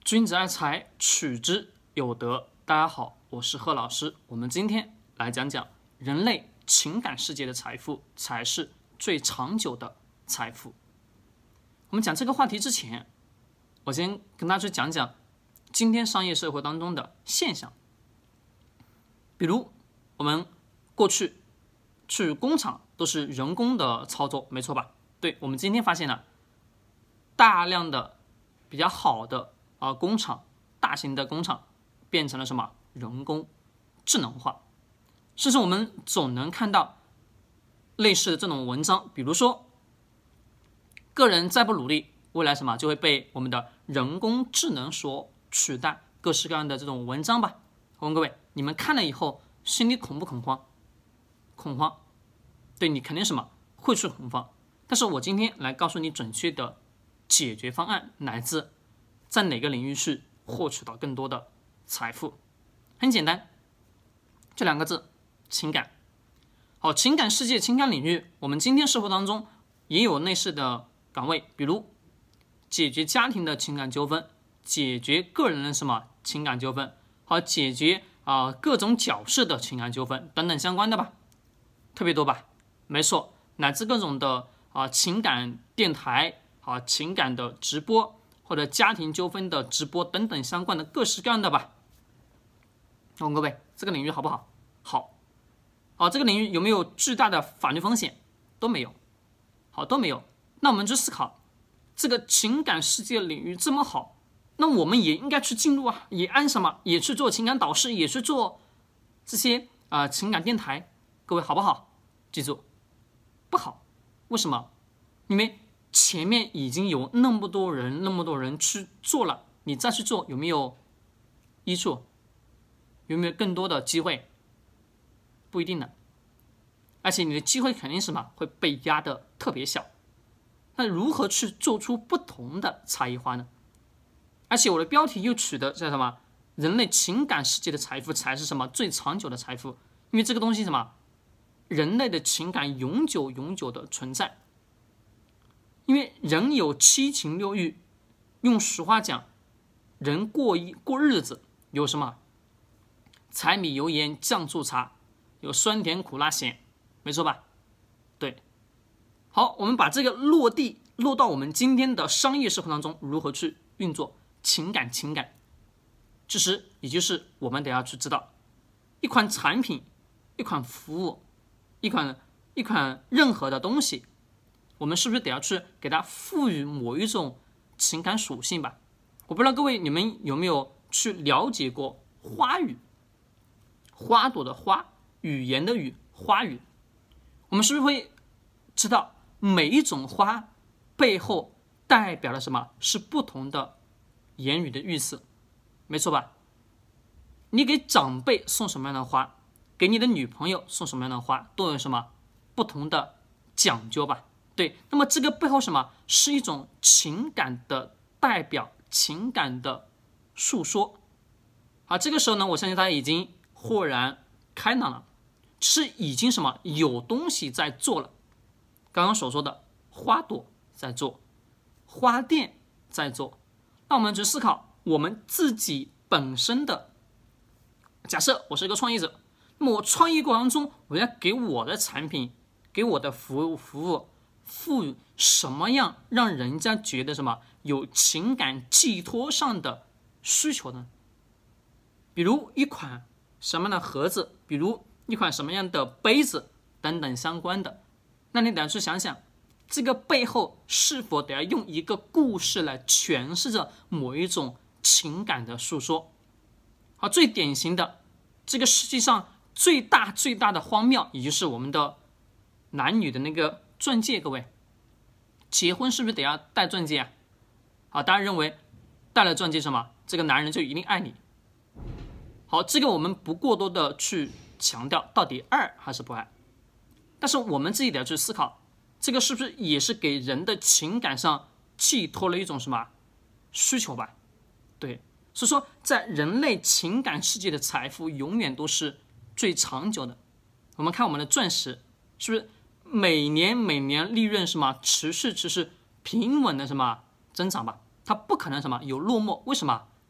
君子爱财，取之有德。大家好，我是贺老师。我们今天来讲讲人类情感世界的财富才是最长久的财富。我们讲这个话题之前，我先跟大家去讲讲今天商业社会当中的现象。比如我们过去去工厂都是人工的操作，没错吧？对，我们今天发现了大量的比较好的工厂，大型的工厂变成了什么？人工智能化。甚至我们总能看到类似的这种文章，比如说个人再不努力，未来什么就会被我们的人工智能所取代，各式各样的这种文章吧。我问各位，你们看了以后心里恐不恐慌？恐慌，对，你肯定什么会去恐慌。但是我今天来告诉你准确的解决方案，乃至在哪个领域去获取到更多的财富。很简单，这两个字，情感。好，情感世界、情感领域，我们今天社会当中也有类似的岗位，比如解决家庭的情感纠纷，解决个人的什么情感纠纷，好，解决各种角色的情感纠纷等等相关的吧，特别多吧？没错，乃至各种的情感电台，情感的直播或者家庭纠纷的直播等等相关的各式各样的吧。问各位，这个领域好不好？好，这个领域有没有巨大的法律风险？都没有。好，都没有。那我们就思考，这个情感世界领域这么好，那我们也应该去进入啊，也按什么，也去做情感导师，也去做这些情感电台。各位好不好？记住，不好。为什么？因为前面已经有那么多人去做了，你再去做有没有益处？有没有更多的机会？不一定的，而且你的机会肯定是什么会被压得特别小。那如何去做出不同的差异化呢？而且我的标题又取的叫什么？人类情感世界的财富才是什么最长久的财富？因为这个东西什么？人类的情感永久的存在。因为人有七情六欲，用俗话讲，人过日子有什么？柴米油盐酱醋茶，有酸甜苦辣咸，没错吧？对。好，我们把这个落到我们今天的商业社会当中，如何去运作情感？其实也就是我们得要去知道，一款产品、一款服务、一款任何的东西，我们是不是得要去给它赋予某一种情感属性吧？我不知道各位你们有没有去了解过花语？花朵的花，语言的语，花语。我们是不是会知道每一种花背后代表了什么？是不同的言语的意思，没错吧？你给长辈送什么样的花，给你的女朋友送什么样的花，都有什么不同的讲究吧？对，那么这个背后什么？是一种情感的代表，情感的诉说。好，这个时候呢，我相信大家已经豁然开朗了，是已经什么有东西在做了。刚刚所说的花朵在做，花店在做，那我们去思考我们自己本身的。假设我是一个创业者，那么我创业过程中，我要给我的产品、给我的服务赋予什么样让人家觉得什么有情感寄托上的需求呢？比如一款什么样的盒子，比如一款什么样的杯子等等相关的，那你得要去想想，这个背后是否得要用一个故事来诠释着某一种情感的诉说。好，最典型的这个世界上最大的荒谬，也就是我们的男女的那个钻戒。各位，结婚是不是得要戴钻戒啊？好，大家认为戴了钻戒什么？这个男人就一定爱你。好，这个我们不过多的去强调到底爱还是不爱，但是我们自己得要去思考，这个是不是也是给人的情感上寄托了一种什么需求吧？对，所以说在人类情感世界的财富永远都是最长久的。我们看我们的钻石，是不是每年利润什么持续平稳的什么增长吧？它不可能什么有落寞，为什么？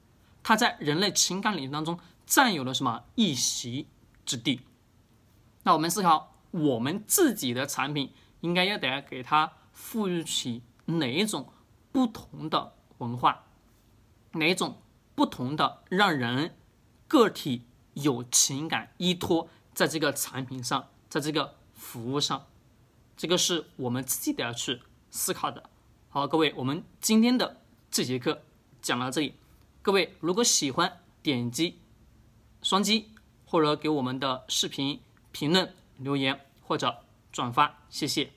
它在人类情感领域当中占有了什么一席之地。那我们思考，我们自己的产品应该要得给它赋予起哪一种不同的文化，哪一种不同的让人个体有情感依托在这个产品上，在这个服务上，这个是我们自己得要去思考的。好，各位，我们今天的这节课讲到这里。各位如果喜欢，点击双击或者给我们的视频评论留言或者转发，谢谢。